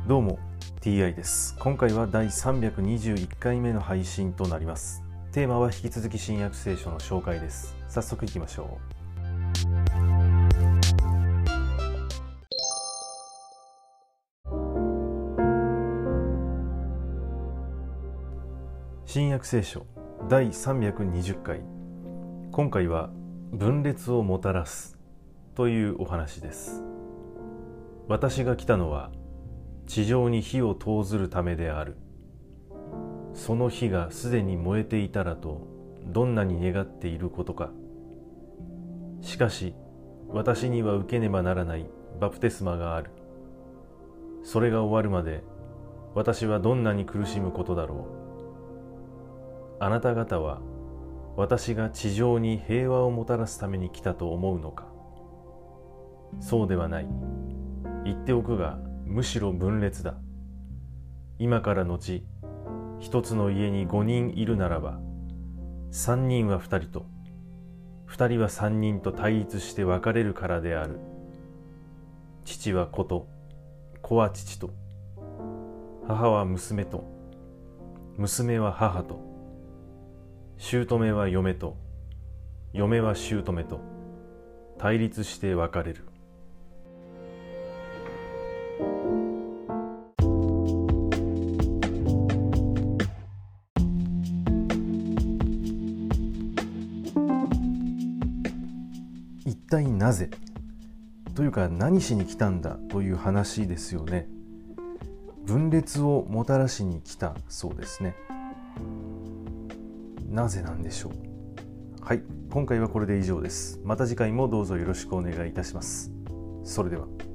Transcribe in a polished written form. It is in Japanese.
どうも TI です。今回は第321回目の配信となります。テーマは引き続き新約聖書の紹介です。早速いきましょう。新約聖書第320回。今回は分裂をもたらすというお話です。私が来たのは地上に火を投ずるためである。その火がすでに燃えていたらとどんなに願っていることか。しかし私には受けねばならないバプテスマがある。それが終わるまで私はどんなに苦しむことだろう。あなた方は私が地上に平和をもたらすために来たと思うのか。そうではない。言っておくが、むしろ分裂だ。今から後、一つの家に5人いるならば、3人は2人と、2人は3人と対立して分かれるからである。父は子と、子は父と、母は娘と、娘は母と、姑は嫁と、嫁は姑と、対立して分かれる。一体なぜというか何しに来たんだという話ですよね。分裂をもたらしに来たそうですね。なぜなんでしょう。はい、今回はこれで以上です。また次回もどうぞよろしくお願いいたします。それでは。